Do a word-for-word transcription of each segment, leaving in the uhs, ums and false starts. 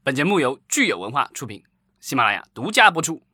本节目由聚友文化出品，喜马拉雅独家播出。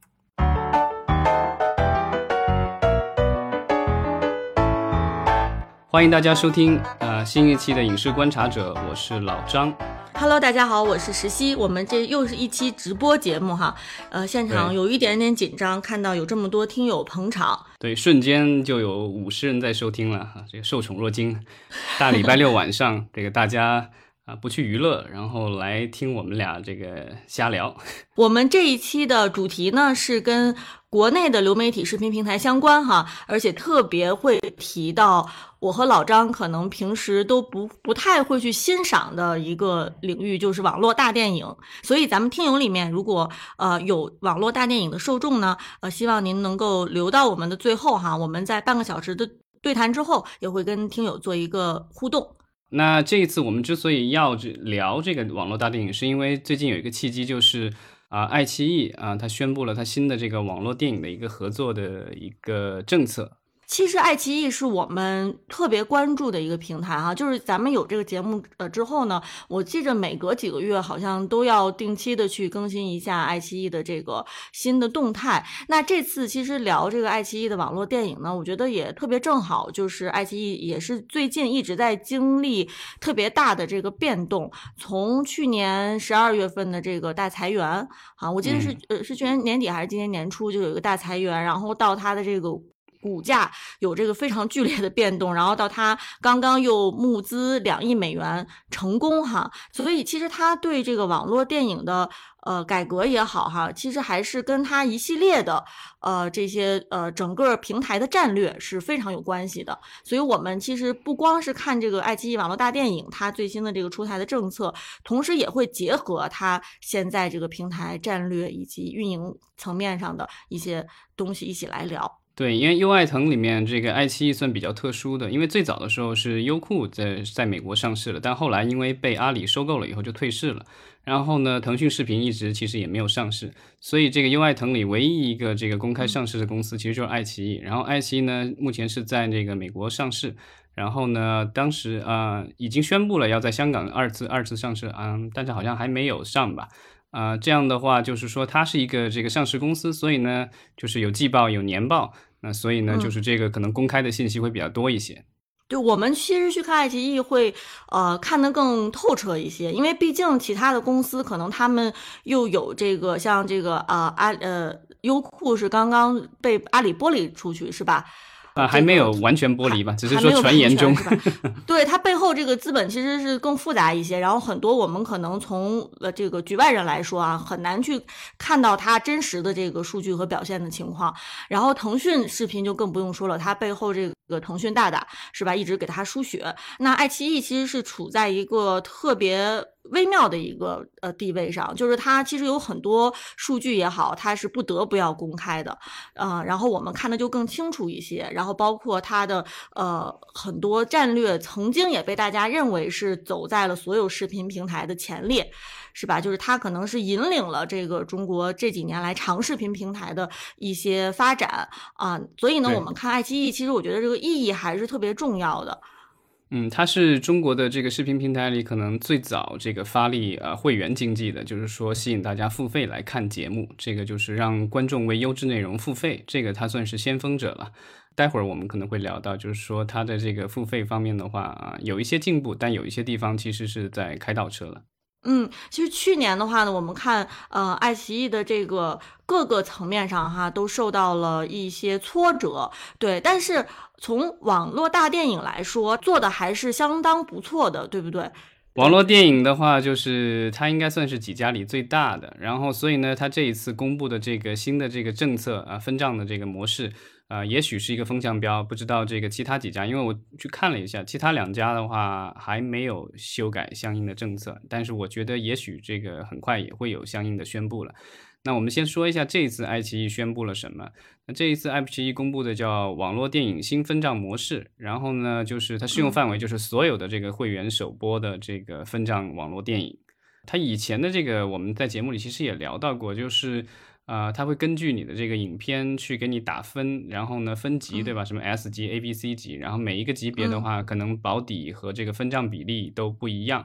欢迎大家收听呃新一期的影视观察者，我是老张。 Hello， 大家好，我是石溪。我们这又是一期直播节目哈，呃，现场有一点点紧张，看到有这么多听友捧场， 对，瞬间就有五十人在收听了哈，这个受宠若惊。大礼拜六晚上，这个大家啊不去娱乐，然后来听我们俩这个瞎聊。 我们这一期的主题呢是跟国内的流媒体视频平台相关哈，而且特别会提到我和老张可能平时都不不太会去欣赏的一个领域，就是网络大电影。所以咱们听友里面如果呃有网络大电影的受众呢，呃希望您能够留到我们的最后哈，我们在半个小时的对谈之后也会跟听友做一个互动。 那这一次我们之所以要聊这个网络大电影，是因为最近有一个契机，就是啊、呃，爱奇艺啊、呃，它宣布了它新的这个网络电影的一个合作的一个政策。 其实爱奇艺是我们特别关注的一个平台哈，就是咱们有这个节目呃之后呢，我记着每隔几个月好像都要定期的去更新一下爱奇艺的这个新的动态。那这次其实聊这个爱奇艺的网络电影呢，我觉得也特别正好，就是爱奇艺也是最近一直在经历特别大的这个变动，从去年十二月份的这个大裁员啊，我记得是、嗯、呃是去年年底还是今年年初就有一个大裁员，然后到它的这个股价有这个非常剧烈的变动，然后到他刚刚又募资两亿美元成功哈，所以其实他对这个网络电影的呃改革也好哈，其实还是跟他一系列的呃这些呃整个平台的战略是非常有关系的。所以我们其实不光是看这个爱奇艺网络大电影它最新的这个出台的政策，同时也会结合它现在这个平台战略以及运营层面上的一些东西一起来聊。 对，因为优爱腾里面这个爱奇艺算比较特殊的，因为最早的时候是优酷在在美国上市了，但后来因为被阿里收购了以后就退市了。然后呢，腾讯视频一直其实也没有上市，所以这个优爱腾里唯一一个这个公开上市的公司其实就是爱奇艺。然后爱奇艺呢，目前是在这个美国上市，然后呢，当时啊、呃、已经宣布了要在香港二次二次上市啊、嗯，但是好像还没有上吧。啊、呃，这样的话就是说它是一个这个上市公司，所以呢就是有季报有年报，那所以呢就是这个可能公开的信息会比较多一些。嗯， 对，我们其实去看爱奇艺会呃看得更透彻一些，因为毕竟其他的公司可能他们又有这个像这个呃阿呃优酷是刚刚被阿里剥离出去是吧？ 啊，还没有完全剥离吧，只是说传言中。 对，它背后这个资本其实是更复杂一些，然后很多我们可能从呃这个局外人来说啊，很难去看到它真实的这个数据和表现的情况。然后腾讯视频就更不用说了，它背后这个腾讯大大是吧，一直给它输血。那爱奇艺其实是处在一个特别微妙的一个呃地位上，就是它其实有很多数据也好，它是不得不要公开的，呃，然后我们看的就更清楚一些，然后包括它的呃很多战略曾经也被大家认为是走在了所有视频平台的前列，是吧？就是它可能是引领了这个中国这几年来长视频平台的一些发展啊，所以呢，我们看爱奇艺，其实我觉得这个意义还是特别重要的。 嗯，它是中国的这个视频平台里可能最早这个发力呃会员经济的，就是说吸引大家付费来看节目，这个就是让观众为优质内容付费，这个它算是先锋者了。待会儿我们可能会聊到，就是说它的这个付费方面的话啊，有一些进步，但有一些地方其实是在开倒车了。 嗯，其实去年的话呢，我们看呃爱奇艺的这个各个层面上哈都受到了一些挫折，对，但是从网络大电影来说，做的还是相当不错的，对不对？ 网络电影的话，就是它应该算是几家里最大的，然后所以呢，它这一次公布的这个新的这个政策啊，分账的这个模式啊、呃，也许是一个风向标，不知道这个其他几家，因为我去看了一下，其他两家的话还没有修改相应的政策，但是我觉得也许这个很快也会有相应的宣布了。那我们先说一下这一次爱奇艺宣布了什么。那这一次爱奇艺公布的叫网络电影新分账模式，然后呢就是它适用范围就是所有的这个会员首播的这个分账网络电影。它以前的这个我们在节目里其实也聊到过，就是呃，它会根据你的这个影片去给你打分，然后呢分级，对吧？什么 S 级、A B C 级，然后每一个级别的话，可能保底和这个分账比例都不一样。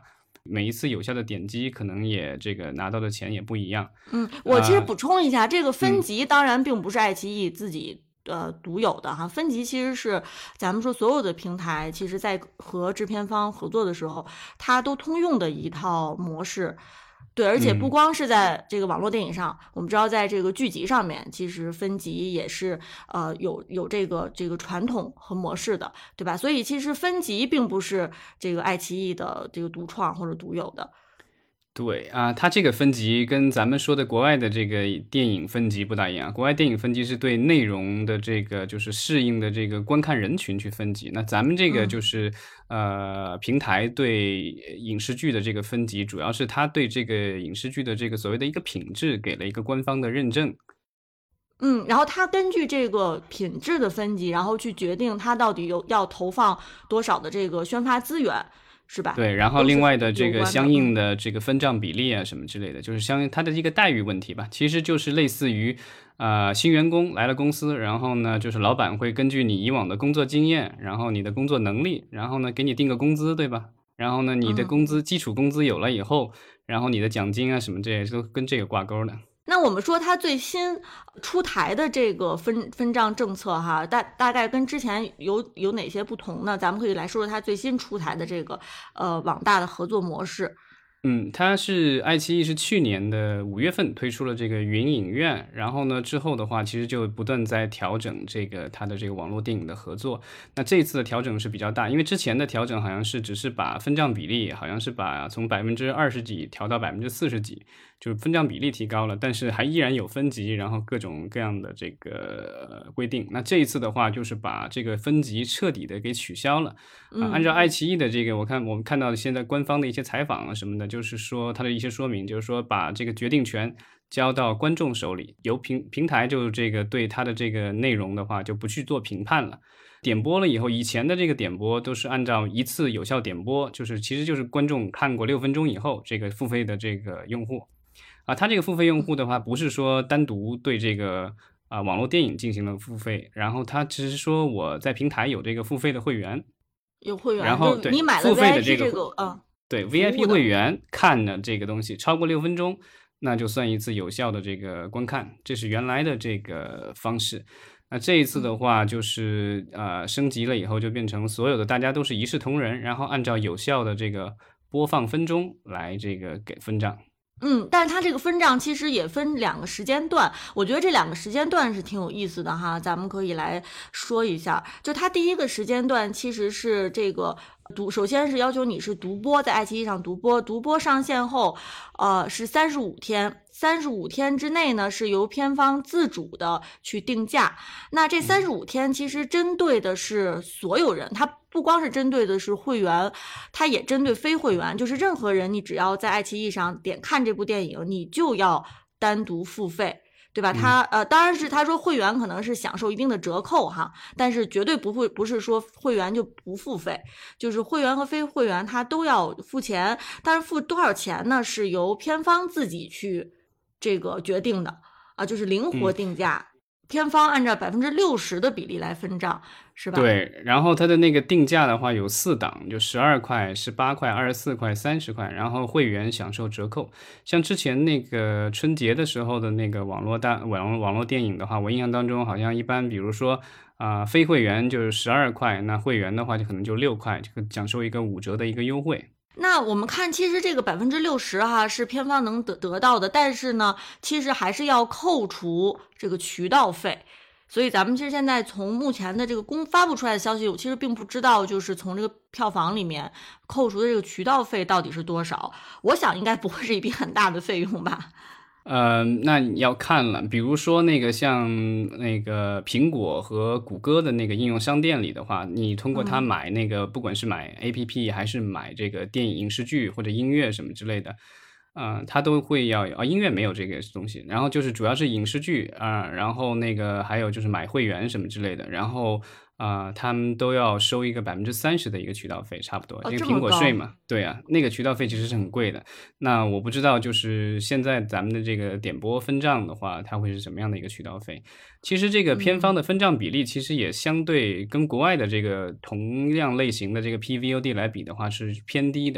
每一次有效的点击可能也这个拿到的钱也不一样。 嗯，我其实补充一下， 呃、 这个分级当然并不是爱奇艺自己呃独有的哈，分级其实是咱们说所有的平台其实在和制片方合作的时候，它都通用的一套模式。对，而且不光是在这个网络电影上，嗯、我们知道在这个剧集上面，其实分级也是呃有有这个这个传统和模式的，对吧？所以其实分级并不是这个爱奇艺的这个独创或者独有的。 对啊，它这个分级跟咱们说的国外的这个电影分级不大一样。国外电影分级是对内容的这个就是适应的这个观看人群去分级，那咱们这个就是、嗯、呃平台对影视剧的这个分级，主要是它对这个影视剧的这个所谓的一个品质给了一个官方的认证。 嗯，然后它根据这个品质的分级，然后去决定它到底有要投放多少的这个宣发资源。是吧？ 对，然后另外的这个相应的这个分账比例啊什么之类的，就是相应它的一个待遇问题吧，其实就是类似于呃新员工来了公司，然后呢就是老板会根据你以往的工作经验，然后你的工作能力，然后呢给你定个工资，对吧？然后呢你的工资基础工资有了以后，然后你的奖金啊什么这些都跟这个挂钩的。 那我们说它最新出台的这个分分账政策哈，大大概跟之前有有哪些不同呢？咱们可以来说说它最新出台的这个呃网大的合作模式。 嗯，它是爱奇艺是去年的五月份推出了这个云影院，然后呢之后的话，其实就不断在调整这个它的这个网络电影的合作。那这一次的调整是比较大，因为之前的调整好像是只是把分账比例，好像是把从百分之二十几调到百分之四十几，就是分账比例提高了，但是还依然有分级，然后各种各样的这个、呃、规定。那这一次的话，就是把这个分级彻底的给取消了。啊，按照爱奇艺的这个，我看我们看到现在官方的一些采访啊什么的，就是说它的一些说明，就是说把这个决定权交到观众手里，由平平台就这个对它的这个内容的话就不去做评判了。点播了以后，以前的这个点播都是按照一次有效点播，就是其实就是观众看过六分钟以后，这个付费的这个用户啊，他这个付费用户的话，不是说单独对这个啊网络电影进行了付费，然后他只是说我在平台有这个付费的会员。 有会员， 然后对你买了付费的 V I P 这个， 这个嗯， 对 V I P 会员看的这个东西超过六分钟，那就算一次有效的这个观看，这是原来的这个方式。那这一次的话，就是呃升级了以后，就变成所有的大家都是一视同仁，然后按照有效的这个播放分钟来这个给分账。 嗯，但是它这个分账其实也分两个时间段，我觉得这两个时间段是挺有意思的哈，咱们可以来说一下。就它第一个时间段其实是这个独，首先是要求你是独播，在爱奇艺上独播，独播上线后，呃，是三十五天。三十五天之内呢，是由片方自主的去定价。那这三十五天其实针对的是所有人，它不光是针对的是会员，它也针对非会员，就是任何人，你只要在爱奇艺上点看这部电影，你就要单独付费。对吧？他呃，当然是他说会员可能是享受一定的折扣哈，但是绝对不会不是说会员就不付费，就是会员和非会员他都要付钱，但是付多少钱呢？是由片方自己去这个决定的啊，就是灵活定价。嗯，片方按照百分之六十的比例来分账，是吧？ 对，然后它的那个定价的话有四档，就十二块、十八块、二十四块、三十块，然后会员享受折扣。像之前那个春节的时候的那个网络大网网络电影的话，我印象当中好像一般，比如说啊、呃，非会员就是十二块，那会员的话就可能就六块，就享受一个五折的一个优惠。 那我们看，其实这个百分之六十哈是片方能得得到的，但是呢，其实还是要扣除这个渠道费。所以咱们其实现在从目前的这个公发布出来的消息，我其实并不知道，就是从这个票房里面扣除的这个渠道费到底是多少。我想应该不会是一笔很大的费用吧。 呃，那你要看了，比如说那个像那个苹果和谷歌的那个应用商店里的话，你通过它买那个，不管是买 A P P 还是买这个电影、影视剧或者音乐什么之类的，呃，它都会要啊，音乐没有这个东西，然后就是主要是影视剧啊、呃，然后那个还有就是买会员什么之类的，然后啊、呃，他们都要收一个百分之三十的一个渠道费，差不多， 哦、 这个苹果税嘛，对啊，那个渠道费其实是很贵的。那我不知道，就是现在咱们的这个点播分账的话，它会是什么样的一个渠道费？其实这个片方的分账比例，其实也相对跟国外的这个同样类型的这个 P V O D 来比的话是偏低的。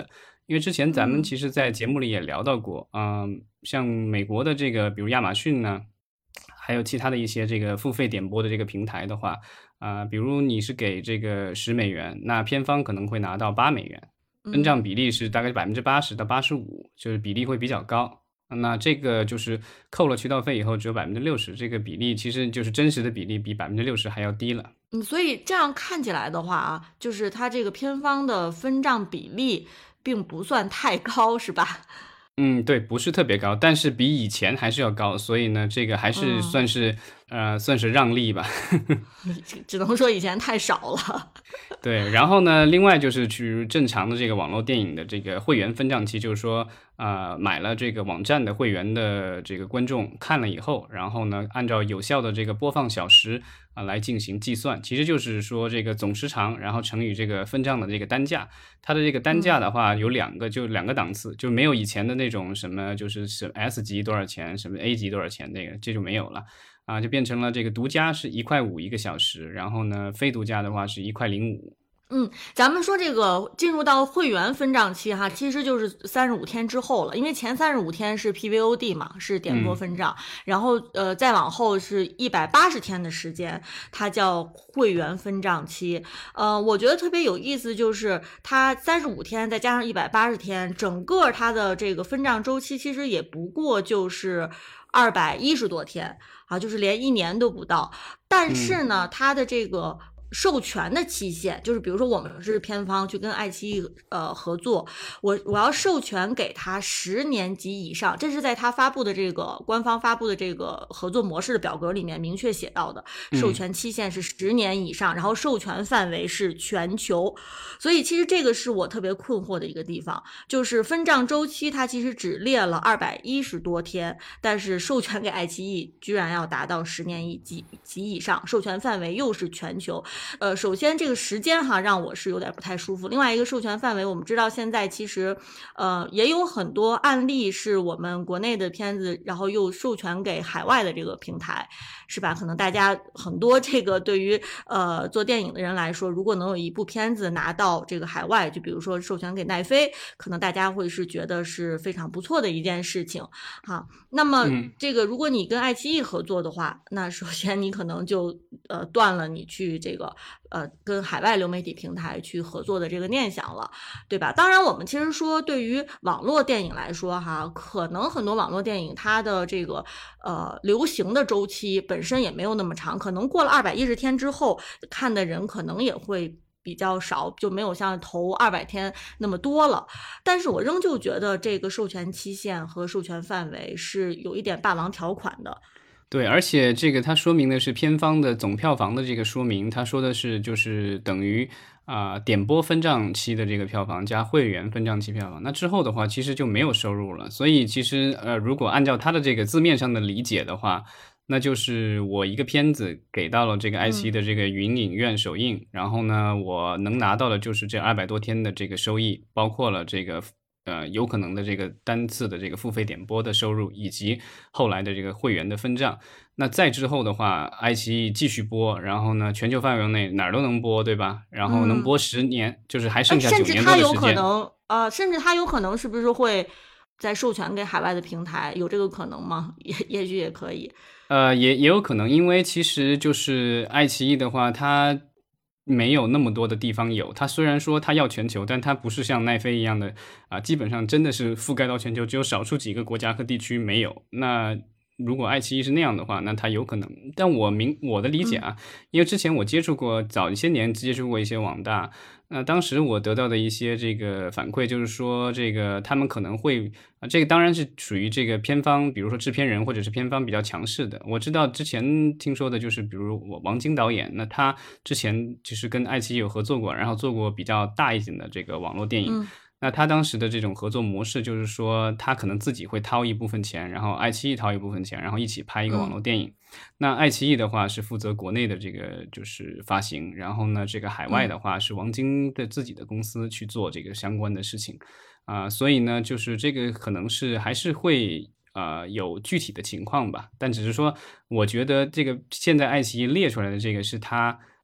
因为之前咱们嗯其实在节目里也聊到过，嗯、像美国的这个比如亚马逊呢，还有其他的一些这个付费点播的这个平台的话，啊、比如你是给这个十美元，那片方可能会拿到八美元，分嗯。 账比例是大概百分之八十到八十五，就是比例会比较高。那这个就是扣了渠道费以后只有百分之六十，这个比例其实就是真实的比例比百分之六十还要低了。 嗯，所以这样看起来的话啊，就是它这个偏方的分账比例并不算太高，是吧？ 嗯，对，不是特别高，但是比以前还是要高，所以呢，这个还是嗯， 算是呃，算是让利吧。 只能说以前太少了。 对，然后呢，另外就是去正常的这个网络电影的这个会员分账期，就是说，呃，买了这个网站的会员的这个观众看了以后，然后呢，按照有效的这个播放小时啊、来进行计算，其实就是说这个总时长，然后乘以这个分账的这个单价。它的这个单价嗯。 的话有两个，就两个档次，就没有以前的那种什么就是是 S 级多少钱，什么 A 级多少钱，那个这就没有了。啊，就变成了这个独家是一块五一个小时，然后呢，非独家的话是一块零五。 嗯，咱们说这个进入到会员分账期哈，其实就是三十五天之后了，因为前三十五天是 P V O D 嘛，是点播嗯， 分账，然后呃再往后是一百八十天的时间，它叫会员分账期。呃，我觉得特别有意思，就是它三十五天再加上一百八十天，整个它的这个分账周期其实也不过就是二百一十多天啊，就是连一年都不到。但嗯， 是呢，它的这个授权的期限，就是比如说我们是片方去跟爱奇艺呃合作，我我要授权给他十年及以上，这是在他发布的这个官方发布的这个合作模式的表格里面明确写到的，授嗯。 权期限是十年以上，然后授权范围是全球，所以其实这个是我特别困惑的一个地方，就是分账周期它其实只列了二百一十多天，但是授权给爱奇艺居然要达到十年以及及以上，授权范围又是全球。呃，首先这个时间哈让我是有点不太舒服。另外一个授权范围，我们知道现在其实呃也有很多案例是我们国内的片子，然后又授权给海外的这个平台，是吧？可能大家很多这个对于呃做电影的人来说，如果能有一部片子拿到这个海外，就比如说授权给奈飞，可能大家会是觉得是非常不错的一件事情哈。那么嗯， 这个如果你跟爱奇艺合作的话，那首先你可能就呃断了你去这个呃跟海外流媒体平台去合作的这个念想了，对吧？当然，我们其实说对于网络电影来说哈，可能很多网络电影它的这个呃流行的周期本身也没有那么长，可能过了二百一十天之后，看的人可能也会比较少，就没有像头二百天那么多了。但是我仍旧觉得这个授权期限和授权范围是有一点霸王条款的。 对，而且这个它说明的是片方的总票房的这个说明，它说的是就是等于啊、点播分账期的这个票房加会员分账期票房，那之后的话其实就没有收入了。所以其实呃，如果按照它的这个字面上的理解的话，那就是我一个片子给到了这个爱奇艺嗯的这个云影院首映，然后呢，我能拿到的就是这二百多天的这个收益，包括了这个呃有可能的这个单次的这个付费点播的收入，以及后来的这个会员的分账。那再之后的话，爱奇艺继续播，然后呢，全球范围内哪儿都能播，对吧？然后能嗯， 播十年，就是还哎， 剩下甚至九年多它有可的时间。 能呃，甚至它有可能是不是会再授权给海外的平台，有这个可能吗？也也许也可以。 呃，也也有可能，因为其实就是爱奇艺的话，它没有那么多的地方有。它虽然说它要全球，但它不是像奈飞一样的啊、基本上真的是覆盖到全球，只有少数几个国家和地区没有。那如果爱奇艺是那样的话，那它有可能。但我明我的理解嗯啊，因为之前我接触过，早一些年接触过一些网大，那当时我得到的一些这个反馈就是说，这个他们可能会啊，这个当然是属于这个片方，比如说制片人或者是片方比较强势的。我知道之前听说的就是，比如我王晶导演，那他之前就是跟爱奇艺有合作过，然后做过比较大一点的这个网络电影。 嗯那他当时的这种合作模式就是说，他可能自己会掏一部分钱，然后爱奇艺掏一部分钱，然后一起拍一个网嗯络电影。那爱奇艺的话是负责国内的这个就是发行，然后呢，这个海外嗯的话是王晶的自己的公司去做这个相关的事情，啊、所以呢，就是这个可能是还是会呃有具体的情况吧，但只是说，我觉得这个现在爱奇艺列出来的这个是他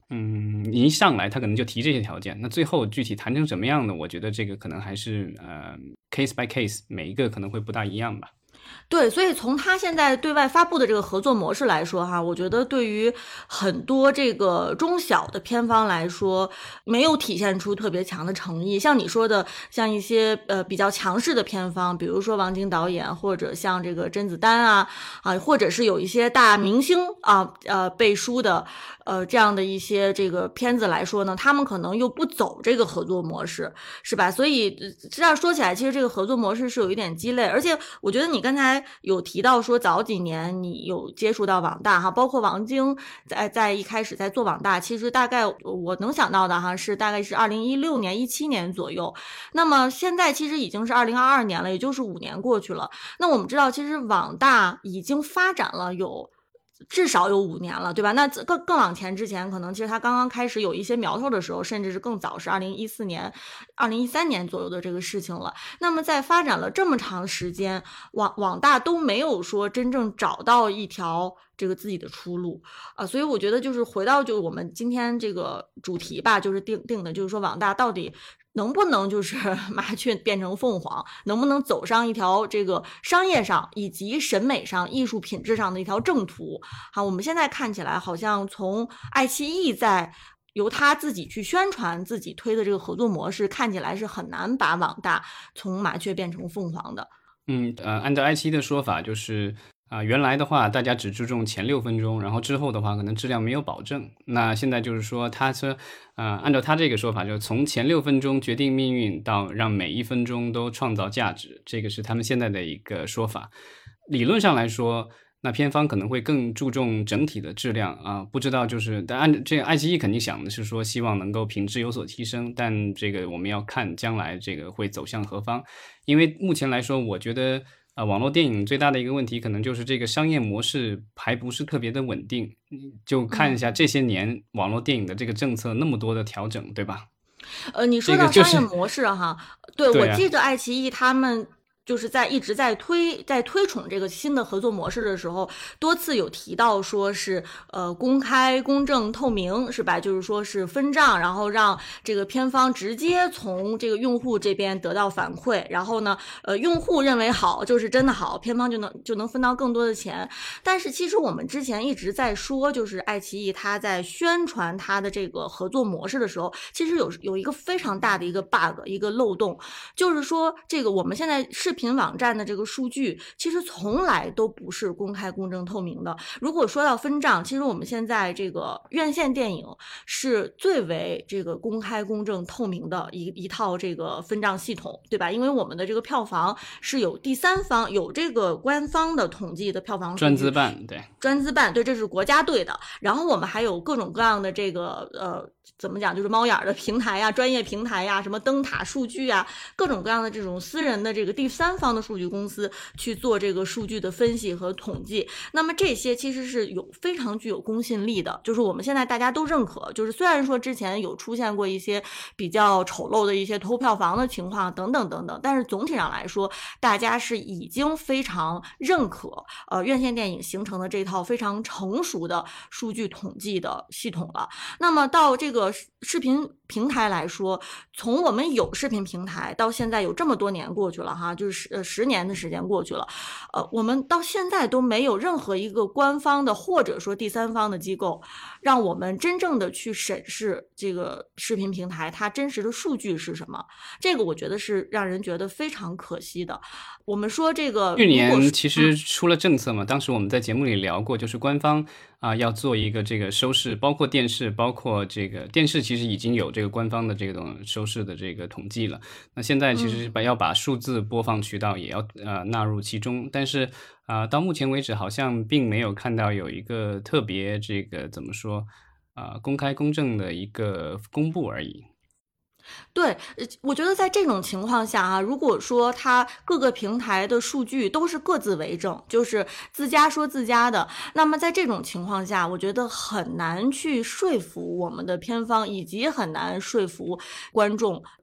嗯，你一上来他可能就提这些条件，那最后具体谈成什么样的，我觉得这个可能还是呃 case by case， 每一个可能会不大一样吧。 对，所以从他现在对外发布的这个合作模式来说哈，我觉得对于很多这个中小的片方来说，没有体现出特别强的诚意。像你说的，像一些呃比较强势的片方，比如说王晶导演，或者像这个甄子丹啊啊，或者是有一些大明星啊呃背书的呃这样的一些这个片子来说呢，他们可能又不走这个合作模式，是吧？所以这样说起来，其实这个合作模式是有一点鸡肋，而且我觉得你刚才有提到说早几年你有接触到网大哈，包括王晶在在一开始在做网大，其实大概我能想到的哈是大概是二零一六年一七年左右。那么现在其实已经是二零二二年了，也就是五年过去了。那我们知道，其实网大已经发展了有。至少有五年了，对吧？那更更往前之前，可能其实它刚刚开始有一些苗头的时候，甚至是更早，是二零一四年、二零一三年左右的这个事情了。那么在发展了这么长时间，网网大都没有说真正找到一条这个自己的出路啊、呃，所以我觉得就是回到就我们今天这个主题吧，就是定定的，就是说网大到底能不能就是麻雀变成凤凰，能不能走上一条这个商业上以及审美上、艺术品质上的一条正途？好，我们现在看起来好像从爱奇艺在由他自己去宣传自己推的这个合作模式，看起来是很难把网大从麻雀变成凤凰的。 嗯，呃，按照爱奇艺的说法，就是啊、呃，原来的话大家只注重前六分钟，然后之后的话可能质量没有保证。那现在就是说，他说，呃，按照他这个说法，就是从前六分钟决定命运到让每一分钟都创造价值，这个是他们现在的一个说法。理论上来说，那片方可能会更注重整体的质量啊，不知道就是但按这个爱奇艺肯定想的是说希望能够品质有所提升，但这个我们要看将来这个会走向何方。因为目前来说，我觉得呃网络电影最大的一个问题可能就是这个商业模式还不是特别的稳定，就看一下这些年网络电影的这个政策那么多的调整，对吧？ 呃，你说到商业模式哈，这个就是、对, 对、啊、我记得爱奇艺他们就是在一直在推在推崇这个新的合作模式的时候，多次有提到说是呃公开、公正、透明，是吧？就是说是分账，然后让这个片方直接从这个用户这边得到反馈，然后呢，呃，用户认为好就是真的好，片方就能就能分到更多的钱。但是其实我们之前一直在说，就是爱奇艺它在宣传它的这个合作模式的时候，其实有有一个非常大的一个 bug， 一个漏洞，就是说这个我们现在视频网站的这个数据其实从来都不是公开、公正、透明的。如果说到分账，其实我们现在这个院线电影是最为这个公开、公正、透明的一一套这个分账系统，对吧？因为我们的这个票房是有第三方、有这个官方的统计的票房数据， 专资办，对， 专资办，对，这是国家队的。然后我们还有各种各样的这个呃，怎么讲，就是猫眼的平台呀、专业平台呀、什么灯塔数据啊，各种各样的这种私人的这个第三方的数据公司去做这个数据的分析和统计。那么这些其实是有非常具有公信力的，就是我们现在大家都认可，就是虽然说之前有出现过一些比较丑陋的一些偷票房的情况等等等等，但是总体上来说，大家是已经非常认可呃院线电影形成的这套非常成熟的数据统计的系统了。那么到这个视频平台来说，从我们有视频平台到现在有这么多年过去了哈，就是呃十年的时间过去了，呃，我们到现在都没有任何一个官方的或者说第三方的机构，让我们真正的去审视这个视频平台它真实的数据是什么。这个我觉得是让人觉得非常可惜的。我们说这个去年其实出了政策嘛，嗯、当时我们在节目里聊过，就是官方啊、呃、要做一个这个收视，包括电视，包括这个电视其实已经有这个官方的这种收视的这个统计了。那现在其实把要把数字播放渠道也要呃纳入其中，但是啊、呃、到目前为止好像并没有看到有一个特别这个怎么说啊、呃、公开公正的一个公布而已。 对，我觉得在这种情况下啊，如果说它各个平台的数据都是各自为政，就是自家说自家的，那么在这种情况下，我觉得很难去说服我们的片方，以及很难说服观众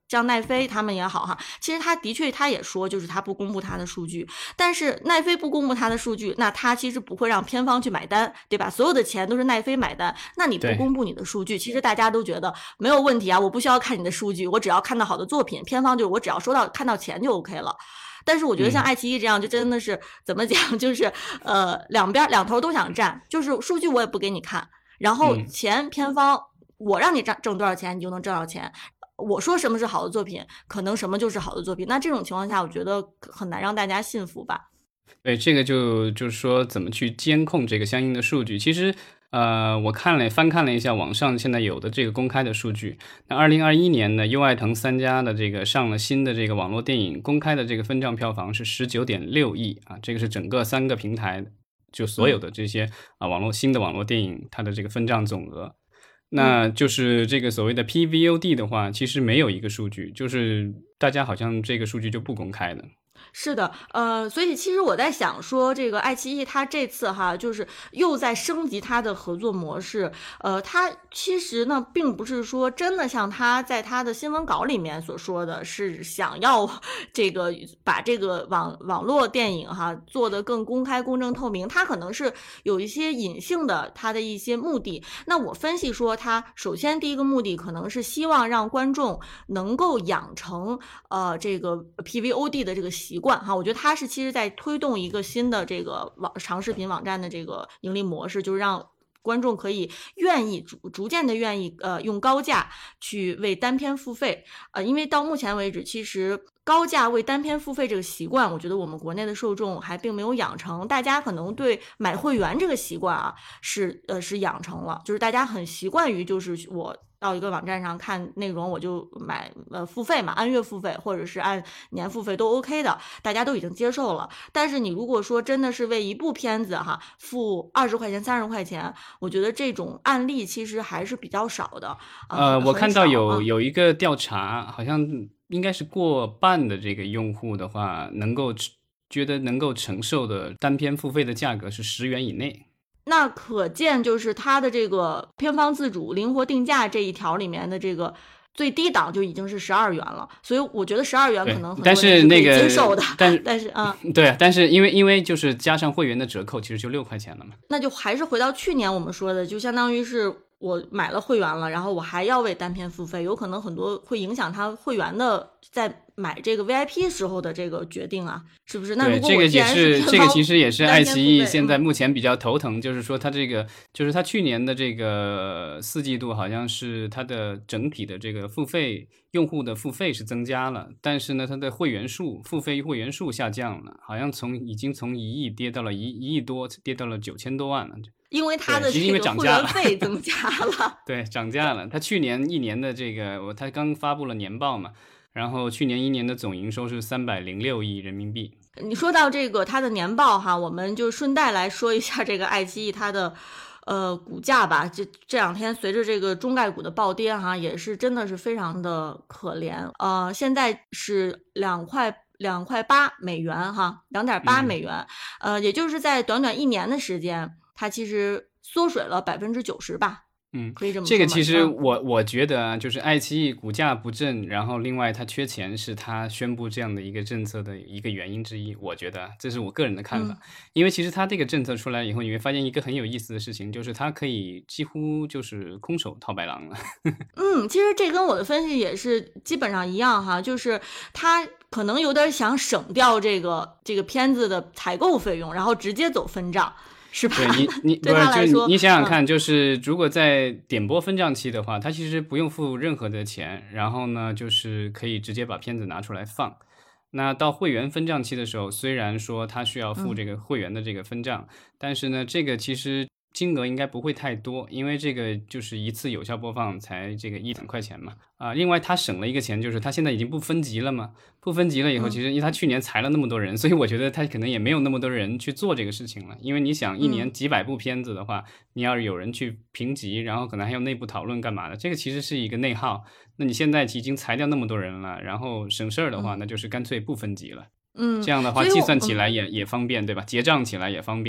像奈飞他们也好哈，其实他的确他也说，就是他不公布他的数据，但是奈飞不公布他的数据，那他其实不会让片方去买单，对吧？所有的钱都是奈飞买单，那你不公布你的数据，其实大家都觉得没有问题啊，我不需要看你的数据，我只要看到好的作品，片方就是我只要收到看到钱就 OK 了。但是我觉得像爱奇艺这样，就真的是、嗯、怎么讲，就是呃两边两头都想占，就是数据我也不给你看，然后钱片方、嗯、我让你挣挣多少钱，你就能挣到钱。我说什么是好的作品，可能什么就是好的作品。那这种情况下，我觉得很难让大家信服吧。 对，这个就就是说怎么去监控这个相应的数据。其实呃，我看了翻看了一下网上现在有的这个公开的数据。那二零二一年呢，优爱腾三家的这个上了新的这个网络电影，公开的这个分账票房是 十九点六亿啊，这个是整个三个平台就所有的这些啊网络新的网络电影它的这个分账总额。那就是这个所谓的 P V O D 的话，其实没有一个数据，就是大家好像这个数据就不公开的。 是的，呃，所以其实我在想说，这个爱奇艺它这次哈，就是又在升级它的合作模式。呃，它其实呢，并不是说真的像它在它的新闻稿里面所说的是想要这个把这个网网络电影哈做得更公开、公正、透明。它可能是有一些隐性的它的一些目的。那我分析说，它首先第一个目的可能是希望让观众能够养成呃这个 P V O D 的这个习惯。哈，我觉得它是其实在推动一个新的这个网长视频网站的这个盈利模式，就是让观众可以愿意逐逐渐的愿意呃用高价去为单片付费。呃，因为到目前为止，其实高价为单片付费这个习惯，我觉得我们国内的受众还并没有养成。大家可能对买会员这个习惯啊是呃是养成了，就是大家很习惯于就是我到一个网站上看内容，我就买呃付费嘛，按月付费或者是按年付费都 OK 的，大家都已经接受了。但是你如果说真的是为一部片子哈付二十块钱、三十块钱，我觉得这种案例其实还是比较少的。 呃，呃我看到有有一个调查，好像应该是过半的这个用户的话，能够觉得能够承受的单片付费的价格是十元以内。 那可见就是它的这个片方自主灵活定价这一条里面的这个最低档就已经是十二元了，所以我觉得十二元可能很多人是可以接受的。 但是但是啊、 嗯，对，但是因为因为就是加上会员的折扣，其实就六块钱了嘛。 那就还是回到去年我们说的，就相当于是我买了会员了，然后我还要为单片付费，有可能很多会影响他会员的在买这个 V I P 时候的这个决定啊，是不是？那如果我既然是这个其实也是爱奇艺现在目前比较头疼，嗯、就是说它这个就是它去年的这个四季度好像是它的整体的这个付费用户的付费是增加了，但是呢它的会员数付费会员数下降了，好像从已经从一亿跌到了一一亿多，跌到了九千多万了。 因为它的这个会员费增加了， 对，涨价了。它去年一年的这个，我它刚发布了年报嘛，然后去年一年的总营收是三百零六亿人民币。 你说到这个它的年报哈，我们就顺带来说一下这个爱奇艺它的呃股价吧。这这两天随着这个中概股的暴跌哈，也是真的是非常的可怜。呃，现在是两块。两块八美元哈，两点八美元，嗯、呃，也就是在短短一年的时间，它其实缩水了百分之九十吧。 嗯， 可以这么说。 这个其实我我觉得啊，就是爱奇艺股价不振，然后另外它缺钱是它宣布这样的一个政策的一个原因之一。我觉得这是我个人的看法，嗯、因为其实它这个政策出来以后，你会发现一个很有意思的事情，就是它可以几乎就是空手套白狼了。 嗯，其实这跟我的分析也是基本上一样哈，就是它可能有点想省掉这个这个片子的采购费用，然后直接走分账。是吧？ 对你，你对他来说， 你你想想看，就是如果在点播分账期的话，他其实不用付任何的钱，然后呢，就是可以直接把片子拿出来放。那到会员分账期的时候，虽然说他需要付这个会员的这个分账，嗯、但是呢，这个其实金额应该不会太多，因为这个就是一次有效播放才这个一两块钱嘛。啊，另外他省了一个钱，就是他现在已经不分级了嘛，不分级了以后，其实因为他去年裁了那么多人，嗯、所以我觉得他可能也没有那么多人去做这个事情了。因为你想一年几百部片子的话，嗯、你要是有人去评级，然后可能还有内部讨论干嘛的，这个其实是一个内耗。那你现在已经裁掉那么多人了，然后省事儿的话，嗯、那就是干脆不分级了。嗯，这样的话计算起来也、嗯、也方便，对吧？结账起来也方便。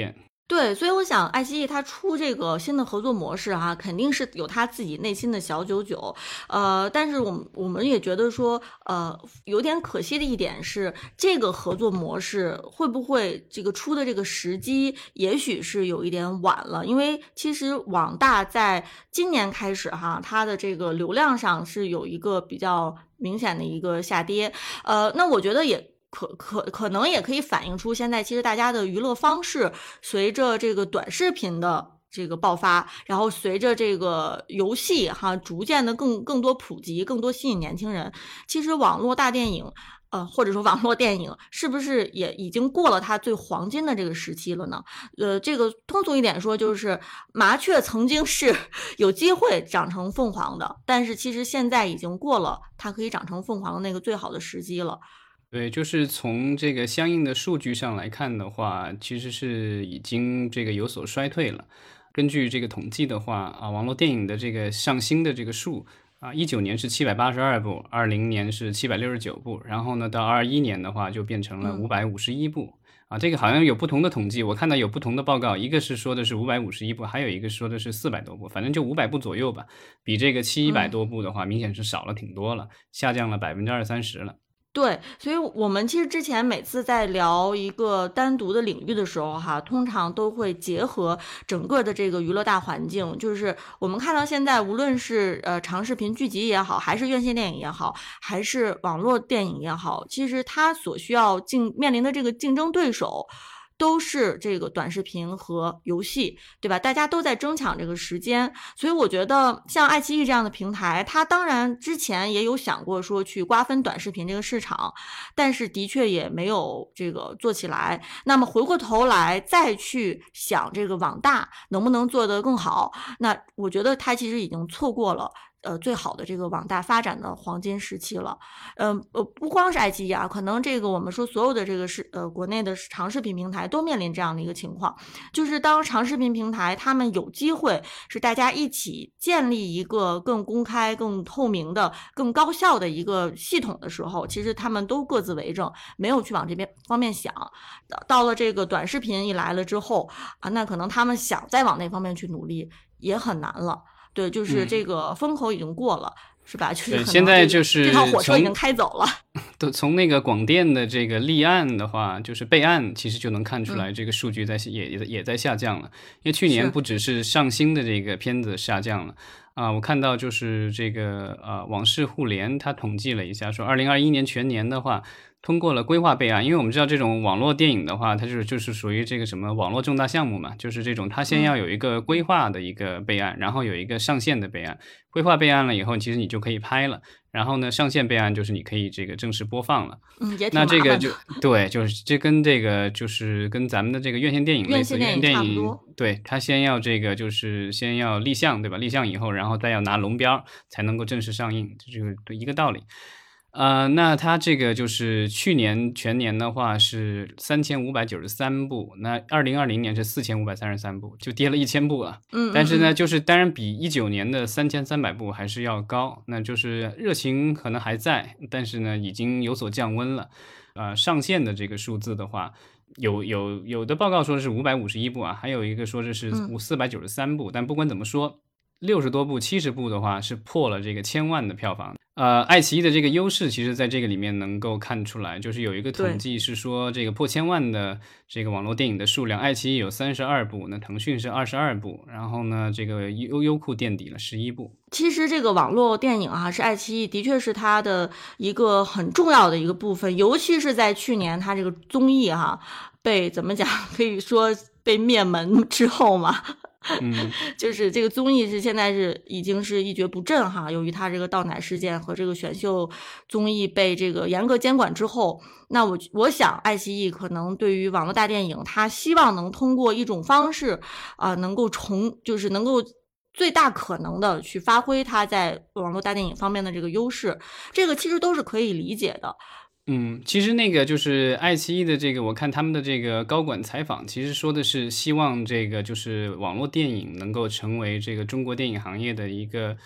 对，所以我想爱奇艺它出这个新的合作模式哈、啊，肯定是有它自己内心的小九九，呃，但是我们我们也觉得说，呃，有点可惜的一点是，这个合作模式会不会这个出的这个时机，也许是有一点晚了，因为其实网大在今年开始哈，它的这个流量上是有一个比较明显的一个下跌，呃，那我觉得也。可可可能也可以反映出现在其实大家的娱乐方式随着这个短视频的这个爆发，然后随着这个游戏哈逐渐的更更多普及，更多吸引年轻人，其实网络大电影呃，或者说网络电影是不是也已经过了它最黄金的这个时期了呢？呃，这个通俗一点说，就是麻雀曾经是有机会长成凤凰的，但是其实现在已经过了它可以长成凤凰的那个最好的时机了。 对，就是从这个相应的数据上来看的话，其实是已经这个有所衰退了。根据这个统计的话，啊，网络电影的这个上新的这个数啊，一九年是七百八十二部，二零年是七百六十九部，然后呢，到二一年的话就变成了五百五十一部。啊，这个好像有不同的统计，我看到有不同的报告，一个是说的是五百五十一部，还有一个说的是四百多部，反正就五百部左右吧，比这个七百多部的话，明显是少了挺多了，下降了百分之二三十了。 对，所以我们其实之前每次在聊一个单独的领域的时候，哈，通常都会结合整个的这个娱乐大环境，就是我们看到现在，无论是呃长视频剧集也好，还是院线电影也好，还是网络电影也好，其实它所需要竞面临的这个竞争对手。都是这个短视频和游戏，对吧？大家都在争抢这个时间，所以我觉得像爱奇艺这样的平台，它当然之前也有想过说去瓜分短视频这个市场，但是的确也没有这个做起来。那么回过头来再去想这个网大能不能做得更好，那我觉得它其实已经错过了。呃，最好的这个网大发展的黄金时期了，嗯呃，不光是爱奇艺啊，可能这个我们说所有的这个是呃国内的长视频平台都面临这样的一个情况，就是当长视频平台他们有机会是大家一起建立一个更公开、更透明的、更高效的一个系统的时候，其实他们都各自为政，没有去往这边方面想。到了这个短视频一来了之后啊，那可能他们想再往那方面去努力也很难了。对，就是这个风口已经过了，嗯、是吧？就是现在就是这套火车已经开走了。 都从那个广电的这个立案的话，就是备案，其实就能看出来这个数据在、嗯、也也也在下降了。因为去年不只是上新的这个片子下降了啊，我看到就是这个呃网视互联它统计了一下，说二零二一年全年的话。通过了规划备案，因为我们知道这种网络电影的话，它就是就是属于这个什么网络重大项目嘛，就是这种它先要有一个规划的一个备案，嗯、然后有一个上线的备案。规划备案了以后，其实你就可以拍了，然后呢，上线备案就是你可以这个正式播放了。 嗯，也挺那这个就对，就是这跟这个就是跟咱们的这个院线电影类似，院线电影对，它先要这个就是先要立项，对吧？立项以后，然后再要拿龙标才能够正式上映，这就是一个道理。呃，那它这个就是去年全年的话是三千五百九十三部，那二零二零年是四千五百三十三部，就跌了一千部了。 嗯， 但是呢，就是当然比一九年的三千三百部还是要高，那就是热情可能还在，但是呢，已经有所降温了。呃，上线的这个数字的话，有有有的报告说是五百五十一部啊，还有一个说这是四百九十三部，嗯、但不管怎么说。六十多部、七十部的话是破了这个千万的票房。呃，爱奇艺的这个优势，其实在这个里面能够看出来，就是有一个统计是说，这个破千万的这个网络电影的数量，爱奇艺有三十二部，那腾讯是二十二部，然后呢，这个优优酷垫底了十一部。 其实这个网络电影啊，是爱奇艺的确是它的一个很重要的一个部分，尤其是在去年它这个综艺哈、啊、被怎么讲，可以说被灭门之后嘛。 嗯， 就是这个综艺是现在是已经是一蹶不振哈，由于它这个倒奶事件和这个选秀综艺被这个严格监管之后，那我我想爱奇艺可能对于网络大电影，它希望能通过一种方式啊、呃，能够重就是能够最大可能的去发挥它在网络大电影方面的这个优势，这个其实都是可以理解的。 嗯，其实那个就是爱奇艺的这个，我看他们的这个高管采访，其实说的是希望这个就是网络电影能够成为这个中国电影行业的一个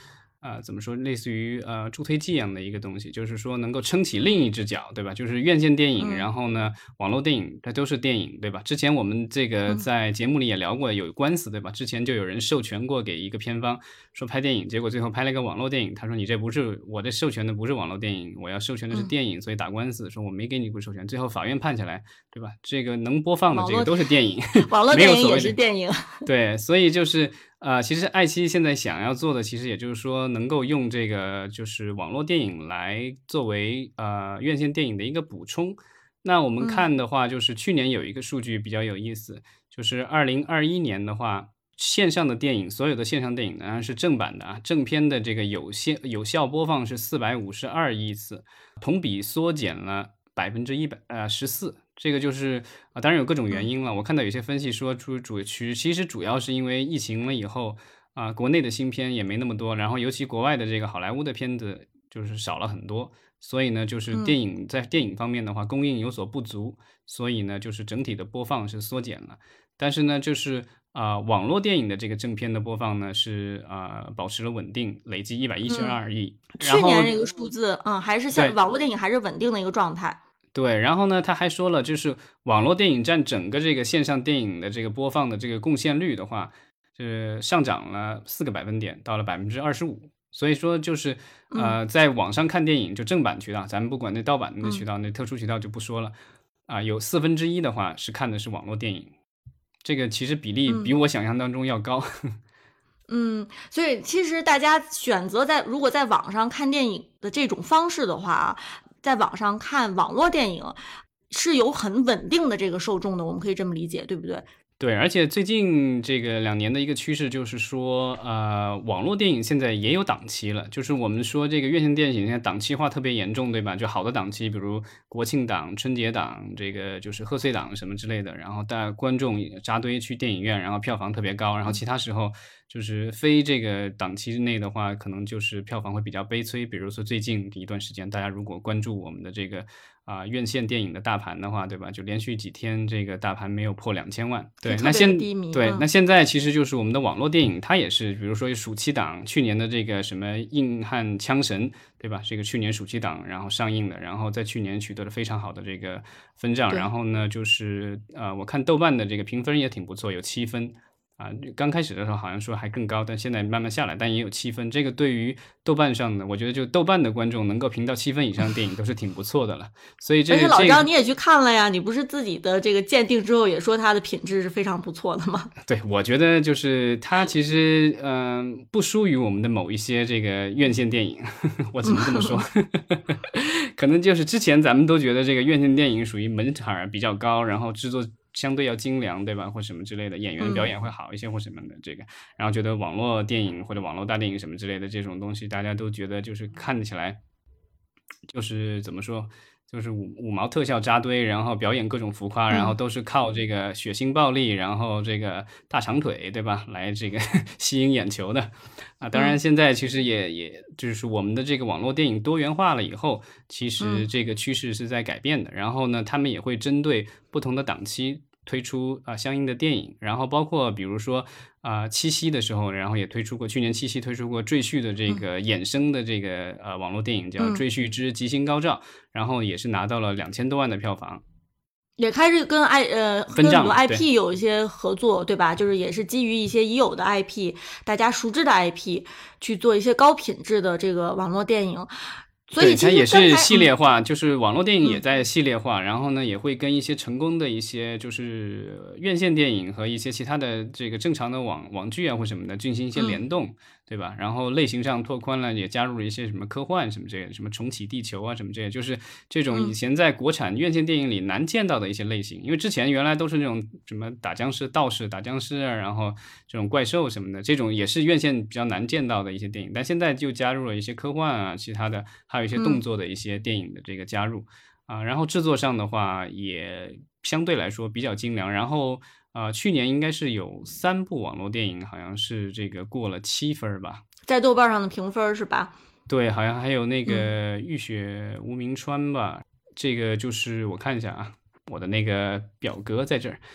呃，怎么说，类似于呃助推剂一样的一个东西，就是说能够撑起另一只脚，对吧？就是院线电影， 嗯然后呢，网络电影，它都是电影，对吧？之前我们这个嗯在节目里也聊过有官司，对吧？之前就有人授权过给一个片方说拍电影，结果最后拍了一个网络电影，他说你这不是我这授权的不是网络电影，我要授权的是嗯， 电影，所以打官司说我没给你过授权，最后法院判下来，对吧？这个能播放的这个网络都是电影， 网络没有电影也所谓的。 是电影。 对，所以就是呃，其实爱奇艺现在想要做的，其实也就是说能够用这个就是网络电影来作为呃院线电影的一个补充。那我们嗯看的话，就是去年有一个数据比较有意思，就是二零二一年的话，线上的电影，所有的线上电影呢是正版的啊，正片的这个有线有效播放是四百五十二亿次，同比缩减了百分之一百呃十四。这个就是啊、当然有各种原嗯因了。我看到有些分析说出主其其实主要是因为疫情了以后啊、国内的新片也没那么多，然后尤其国外的这个好莱坞的片子就是少了很多，所以呢，就是嗯电影在电影方面的话，供应有所不足，所以呢，就是整体的播放是缩减了。但是呢，就是啊、网络电影的这个正片的播放呢是啊、保持了稳定，累计一百一十嗯， 二亿。然去后年这个数字，嗯，还是像对， 网络电影还是稳定的一个状态。 对，然后呢，他还说了，就是网络电影占整个这个线上电影的这个播放的这个贡献率的话，是上涨了四个百分点，到了百分之二十五。所以说，就是嗯呃，在网上看电影，就正版渠道，咱们不管那盗版的那渠嗯道，那特殊渠道就不说了啊、有四分之一的话是看的是网络电影，这个其实比例比嗯。 我想象当中要高。 嗯，所以其实大家选择在如果在网上看电影的这种方式的话啊，在网上看网络电影是有很稳定的这个受众的，我们可以这么理解，对不对？ 对，而且最近这个两年的一个趋势就是说，呃，网络电影现在也有档期了。就是我们说这个院线电影现在档期化特别严重，对吧？就好的档期，比如国庆档、春节档，这个就是贺岁档什么之类的，然后大观众也扎堆去电影院，然后票房特别高，然后其他时候就是非这个档期内的话，可能就是票房会比较悲催。比如说最近一段时间，大家如果关注我们的这个啊、院线电影的大盘的话，对吧？就连续几天这个大盘没有破两千万。对， 就特别的那现低迷。 对，那嗯现在其实就是我们的网络电影，它也是，比如说暑期档，去年的这个什么硬汉枪神，对吧？这个去年暑期档然后上映的，然后在去年取得了非常好的这个分账， 对， 然后呢，就是呃，我看豆瓣的这个评分也挺不错，有七分。啊，刚开始的时候好像说还更高，但现在慢慢下来，但也有七分。这个对于豆瓣上的，我觉得就豆瓣的观众能够评到七分以上的电影都是挺不错的了。所以这而且个这个老张你也去看了呀，你不是自己的这个鉴定之后也说它的品质是非常不错的吗？ 对，我觉得就是它其实嗯、呃不输于我们的某一些这个院线电影，我只能这么说。可能就是之前咱们都觉得这个院线电影属于门槛儿比较高，然后制作相对要精良，对吧？或什么之类的，演员的表演会好一些或什么的这个，然后觉得网络电影或者网络大电影什么之类的这种东西，大家都觉得就是看起来就是怎么说，就是五五毛特效扎堆，然后表演各种浮夸，然后嗯， 都是靠这个血腥暴力，然后这个大长腿，对吧？来这个吸引眼球的啊。当然， 嗯现在其实也也就是我们的这个网络电影多元化了以后，其实嗯这个趋势是在改变的。然后呢，他们也会针对不同的档期推出啊、相应的电影，然后包括比如说啊、七夕的时候，然后也推出过，去年七夕推出过赘婿的这个衍生的这个呃网络电影叫嗯， 《赘婿之吉星高照》，然后也是拿到了两千多万的票房， 也开始跟 I 呃跟很多分账了，对。 I P 有一些合作，对吧？就是也是基于一些已有的 I P，大家熟知的 I P 去做一些高品质的这个网络电影。所对， 以其它也是实刚才系列化，就是网络电影也嗯在系列化，然后呢，也会跟一些成功的一些就是院线电影和一些其他的这个正常的网网剧啊或什么的进行一些嗯联动，对吧？然后类型上拓宽了，也加入了一些什么科幻什么之类的，什么重启地球啊什么之类的，就是这种以嗯前在国产院线电影里难见到的一些类型，因为之前原来都是那种什么打僵尸、道士打僵尸啊，然后这种怪兽什么的，这种也是院线比较难见到的一些电影，但现在就加入了一些科幻啊，其他的还有一些动嗯作的一些电影的这个加入啊，然后制作上的话也相对来说比较精良，然后啊，去年应该是有三部网络电影，好像是这个过了七分儿吧。 在豆瓣上的评分是吧？ 对，好像还有那嗯个《浴血无名川》吧，这个就是我看一下啊，我的那个表格在这儿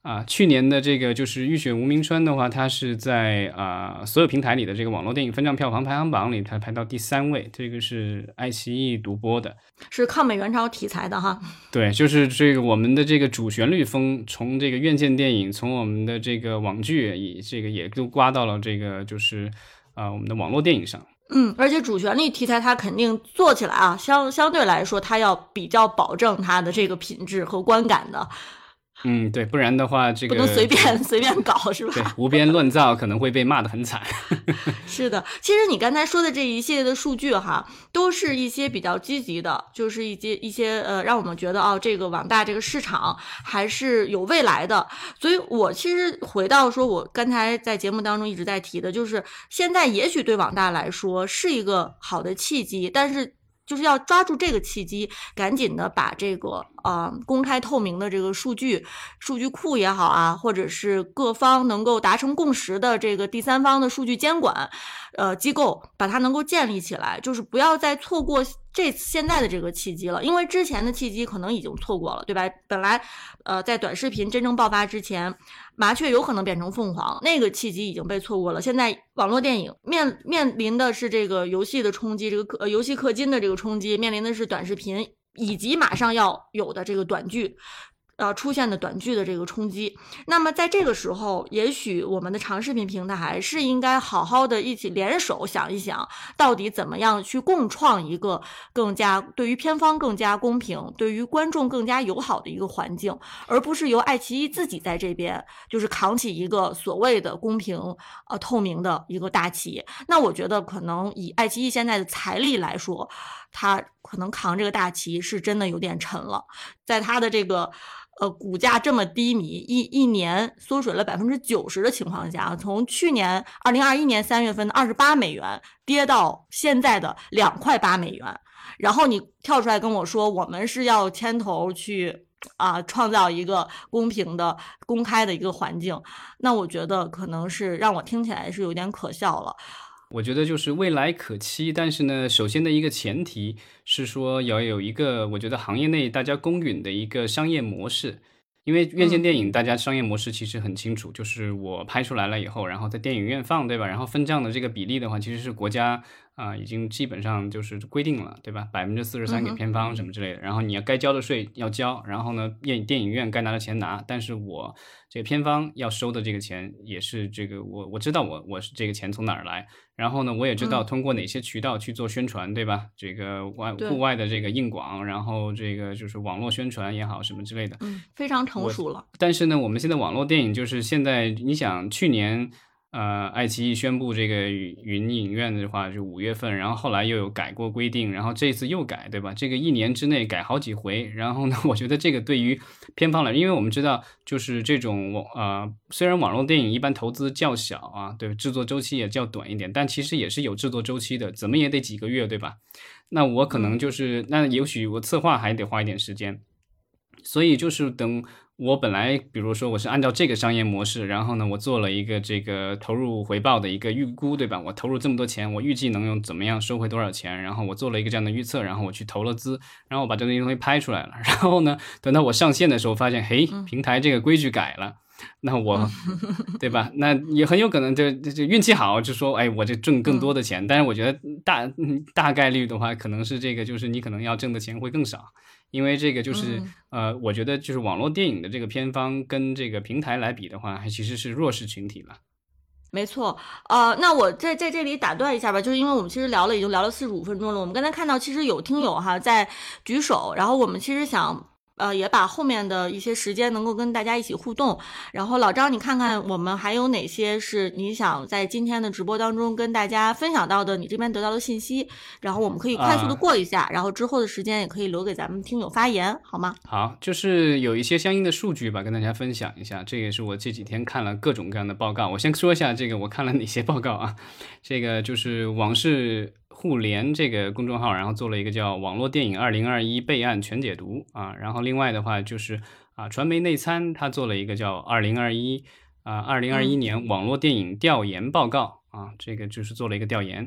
啊，去年的这个就是《浴血无名村》的话，它是在啊所有平台里的这个网络电影分账票房排行榜里，它排到第三位，这个是爱奇艺独播的， 是抗美援朝题材的哈。 对，就是这个我们的这个主旋律风，从这个院线电影，从我们的这个网剧，也这个也都刮到了这个就是啊、呃、我们的网络电影上。 嗯，而且主旋律题材它肯定做起来啊，相相对来说，它要比较保证它的这个品质和观感的。 嗯，对，不然的话，这个不能随便随便搞，是吧？ 对，无边乱造可能会被骂得很惨。 是的，其实你刚才说的这一系列的数据哈，都是一些比较积极的，就是一些一些呃，让我们觉得哦，这个网大这个市场还是有未来的。所以我其实回到说，我刚才在节目当中一直在提的，就是现在也许对网大来说是一个好的契机，但是就是要抓住这个契机，赶紧的把这个呃公开透明的这个数据数据库也好啊，或者是各方能够达成共识的这个第三方的数据监管呃机构，把它能够建立起来，就是不要再错过这现在的这个契机了，因为之前的契机可能已经错过了，对吧？本来呃在短视频真正爆发之前，麻雀有可能变成凤凰，那个契机已经被错过了。现在网络电影面面临的是这个游戏的冲击，这个呃游戏氪金的这个冲击，面临的是短视频以及马上要有的这个短剧。呃，出现的短剧的这个冲击，那么在这个时候，也许我们的长视频平台是应该好好的一起联手想一想，到底怎么样去共创一个更加对于片方更加公平、对于观众更加友好的一个环境，而不是由爱奇艺自己在这边就是扛起一个所谓的公平、呃透明的一个大旗。那我觉得可能以爱奇艺现在的财力来说，它可能扛这个大旗是真的有点沉了，在它的这个。呃，股价这么低迷，一一年缩水了百分之九十的情况下，从去年二零二一年三月份的二十八美元跌到现在的两块八美元，然后你跳出来跟我说，我们是要牵头去啊、呃、创造一个公平的、公开的一个环境，那我觉得可能是让我听起来是有点可笑了。 我觉得就是未来可期，但是呢，首先的一个前提是说要有一个，我觉得行业内大家公允的一个商业模式。因为院线电影大家商业模式其实很清楚，就是我拍出来了以后，然后在电影院放，对吧？然后分账的这个比例的话，其实是国家啊、呃、已经基本上就是规定了，对吧？百分之四十三给片方什么之类的，然后你要该交的税要交，然后呢，电电影院该拿的钱拿，但是我这个片方要收的这个钱也是这个我我知道我我是这个钱从哪儿来，然后呢，我也知道通过哪些渠道去做宣传，对吧？这个外户外的这个硬广，然后这个就是网络宣传也好什么之类的， 嗯，非常成熟了。 但是呢，我们现在网络电影就是现在，你想去年呃，爱奇艺宣布这个云影院的话，就五月份，然后后来又有改过规定，然后这次又改，对吧？这个一年之内改好几回，然后呢，我觉得这个对于片方来，因为我们知道，就是这种呃，虽然网络电影一般投资较小啊，对，制作周期也较短一点，但其实也是有制作周期的，怎么也得几个月，对吧？那我可能就是，那也许我策划还得花一点时间，所以就是等。我本来比如说我是按照这个商业模式，然后呢，我做了一个这个投入回报的一个预估，对吧？我投入这么多钱，我预计能用怎么样收回多少钱，然后我做了一个这样的预测，然后我去投了资，然后我把这个东西拍出来了，然后呢，等到我上线的时候发现，嘿，平台这个规矩改了。那我对吧？那也很有可能就就运气好，就说哎，我这挣更多的钱。但是我觉得大大概率的话，可能是这个，就是你可能要挣的钱会更少。因为这个就是、嗯、呃，我觉得就是网络电影的这个片方跟这个平台来比的话，还其实是弱势群体了。 没错，呃，那我在在这里打断一下吧，就是因为我们其实聊了已经聊了四十五分钟了，我们刚才看到其实有听友哈在举手，然后我们其实想。呃，也把后面的一些时间能够跟大家一起互动。然后老张，你看看我们还有哪些是你想在今天的直播当中跟大家分享到的，你这边得到的信息，然后我们可以快速的过一下，啊、然后之后的时间也可以留给咱们听友发言，好吗？ 好，就是有一些相应的数据吧，跟大家分享一下。这也是我这几天看了各种各样的报告。我先说一下这个我看了哪些报告啊？这个就是网视。互联这个公众号，然后做了一个叫网络电影二零二一备案全解读啊，然后另外的话就是啊传媒内参他做了一个叫二零二一啊二零二一年网络电影调研报告啊，这个就是做了一个调研，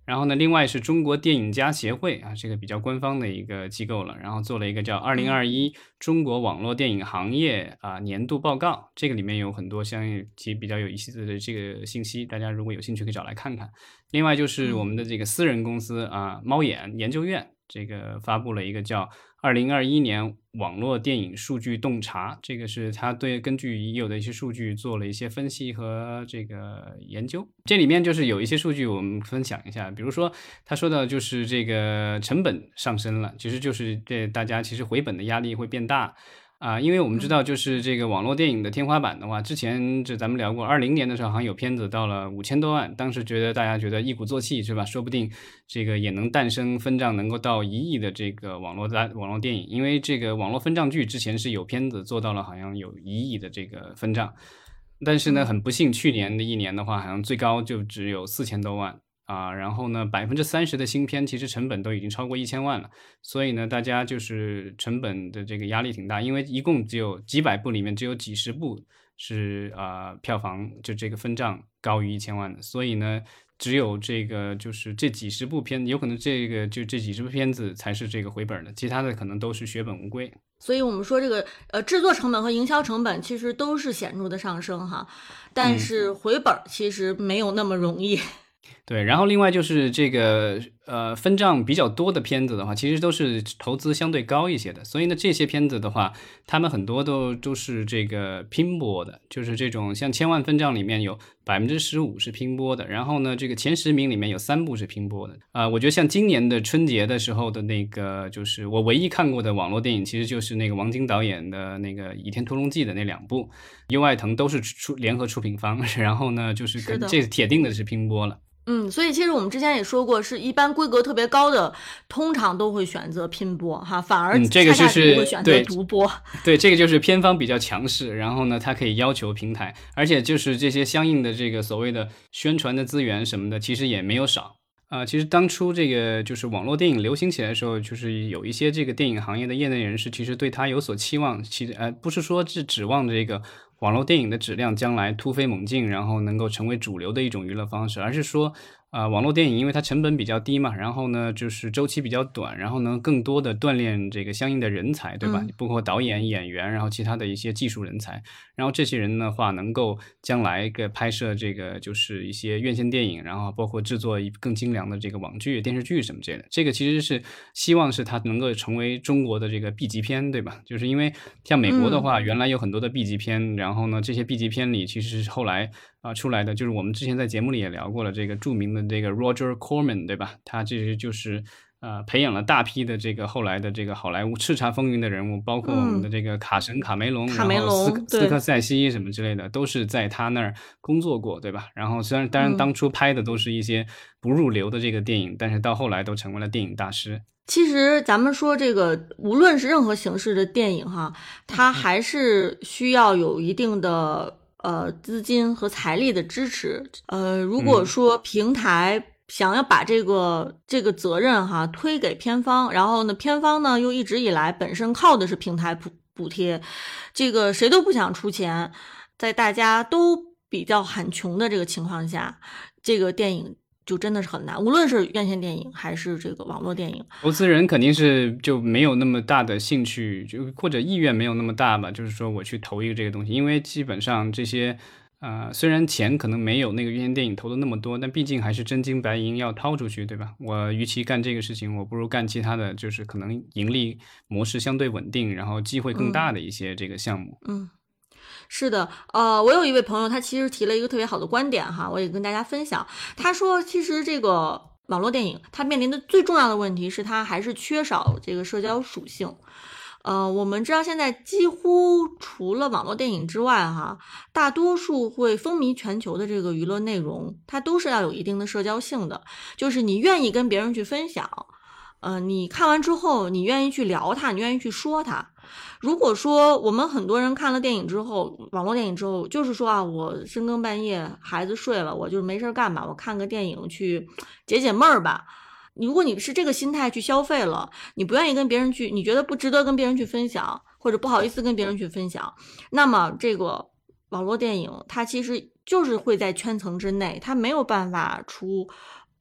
然后呢，另外是中国电影家协会啊，这个比较官方的一个机构了，然后做了一个叫二零二一中国网络电影行业啊年度报告，这个里面有很多相应其比较有意思的这个信息，大家如果有兴趣可以找来看看。另外就是我们的这个私人公司啊，猫眼研究院，这个发布了一个叫二零二一年网络电影数据洞察，这个是他对根据已有的一些数据做了一些分析和这个研究。这里面就是有一些数据我们分享一下，比如说他说到就是这个成本上升了，其实就是这大家其实回本的压力会变大。啊，因为我们知道就是这个网络电影的天花板的话，之前这咱们聊过，二零年的时候好像有片子到了五千多万，当时觉得大家觉得一鼓作气是吧？说不定这个也能诞生分账能够到一亿的这个网络大网络电影，因为这个网络分账剧之前是有片子做到了好像有一亿的这个分账，但是呢，很不幸去年的一年的话，好像最高就只有四千多万。啊，然后呢，百分之三十的新片其实成本都已经超过一千万了，所以呢，大家就是成本的这个压力挺大，因为一共只有几百部里面只有几十部是啊、呃、票房就这个分账高于一千万的，所以呢，只有这个就是这几十部片，有可能这个就这几十部片子才是这个回本的，其他的可能都是血本无归。 所以我们说这个呃制作成本和营销成本其实都是显著的上升哈，但是回本其实没有那么容易。嗯对，然后另外就是这个呃分账比较多的片子的话，其实都是投资相对高一些的，所以呢这些片子的话，他们很多都都是这个拼播的，就是这种像千万分账里面有百分之十五是拼播的，然后呢这个前十名里面有三部是拼播的啊、呃，我觉得像今年的春节的时候的那个，就是我唯一看过的网络电影，其实就是那个王晶导演的那个《倚天屠龙记》的那两部，优爱腾都是出联合出品方，然后呢就是跟这是铁定的是拼播了。 嗯，所以其实我们之前也说过，是一般规格特别高的，通常都会选择拼播哈，反而嗯，这个就是会选择独播。 对，这个就是片方比较强势，然后呢，它可以要求平台，而且就是这些相应的这个所谓的宣传的资源什么的，其实也没有少。啊、呃，其实当初这个就是网络电影流行起来的时候，就是有一些这个电影行业的业内人士，其实对它有所期望，其实呃不是说是指望这个网络电影的质量将来突飞猛进，然后能够成为主流的一种娱乐方式，而是说啊、呃，网络电影因为它成本比较低嘛，然后呢就是周期比较短，然后呢更多的锻炼这个相应的人才，对吧？嗯、包括导演、演员，然后其他的一些技术人才，然后这些人的话能够将来个拍摄这个就是一些院线电影，然后包括制作更精良的这个网剧、电视剧什么之类的，这个其实是希望是它能够成为中国的这个 B 级片，对吧？就是因为像美国的话，嗯、原来有很多的 B 级片，然后呢这些 B 级片里其实是后来啊、呃、出来的，就是我们之前在节目里也聊过了，这个著名的这个 Roger Corman， 对吧？他这实就是呃培养了大批的这个后来的这个好莱坞叱咤风云的人物，包括我们的这个卡神卡梅隆， 嗯、卡梅隆、 斯斯科塞西什么之类的，都是在他那儿工作过，对吧？然后虽然当然当初拍的都是一些不入流的这个电影，嗯、但是到后来都成为了电影大师。 其实咱们说这个，无论是任何形式的电影哈，它还是需要有一定的呃资金和财力的支持。呃，如果说平台想要把这个这个责任哈推给片方，然后呢，片方呢又一直以来本身靠的是平台补补贴，这个谁都不想出钱，在大家都比较很穷的这个情况下，这个电影就真的是很难，无论是院线电影还是这个网络电影， 投资人肯定是就没有那么大的兴趣，就或者意愿没有那么大吧，就是说我去投一个这个东西，因为基本上这些呃，虽然钱可能没有那个院线电影投的那么多，但毕竟还是真金白银要掏出去，对吧？我与其干这个事情，我不如干其他的，就是可能盈利模式相对稳定，然后机会更大的一些这个项目。 嗯。嗯是的，呃，我有一位朋友，他其实提了一个特别好的观点哈，我也跟大家分享。他说，其实这个网络电影它面临的最重要的问题是，它还是缺少这个社交属性。呃，我们知道现在几乎除了网络电影之外哈，大多数会风靡全球的这个娱乐内容，它都是要有一定的社交性的，就是你愿意跟别人去分享，呃，你看完之后，你愿意去聊它，你愿意去说它。如果说我们很多人看了电影之后，网络电影之后，就是说啊，我深更半夜孩子睡了，我就没事干吧，我看个电影去解解闷儿吧。如果你是这个心态去消费了，你不愿意跟别人去，你觉得不值得跟别人去分享，或者不好意思跟别人去分享，那么这个网络电影它其实就是会在圈层之内，它没有办法出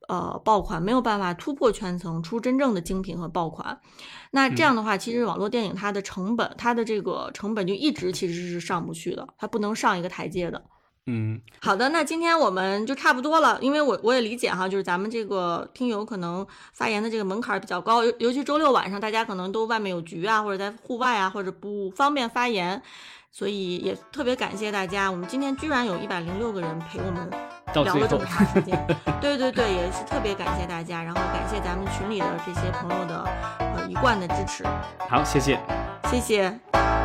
呃爆款，没有办法突破圈层出真正的精品和爆款。那这样的话，其实网络电影它的成本，它的这个成本就一直其实是上不去的，它不能上一个台阶的。 嗯， 好的，那今天我们就差不多了，因为我我也理解哈，就是咱们这个听友可能发言的这个门槛比较高，尤尤其周六晚上大家可能都外面有局啊，或者在户外啊，或者不方便发言，所以也特别感谢大家，我们今天居然有一百零六个人陪我们聊了这么长时间，对对对，也是特别感谢大家，然后感谢咱们群里的这些朋友的呃一贯的支持。 好，谢谢， 谢谢。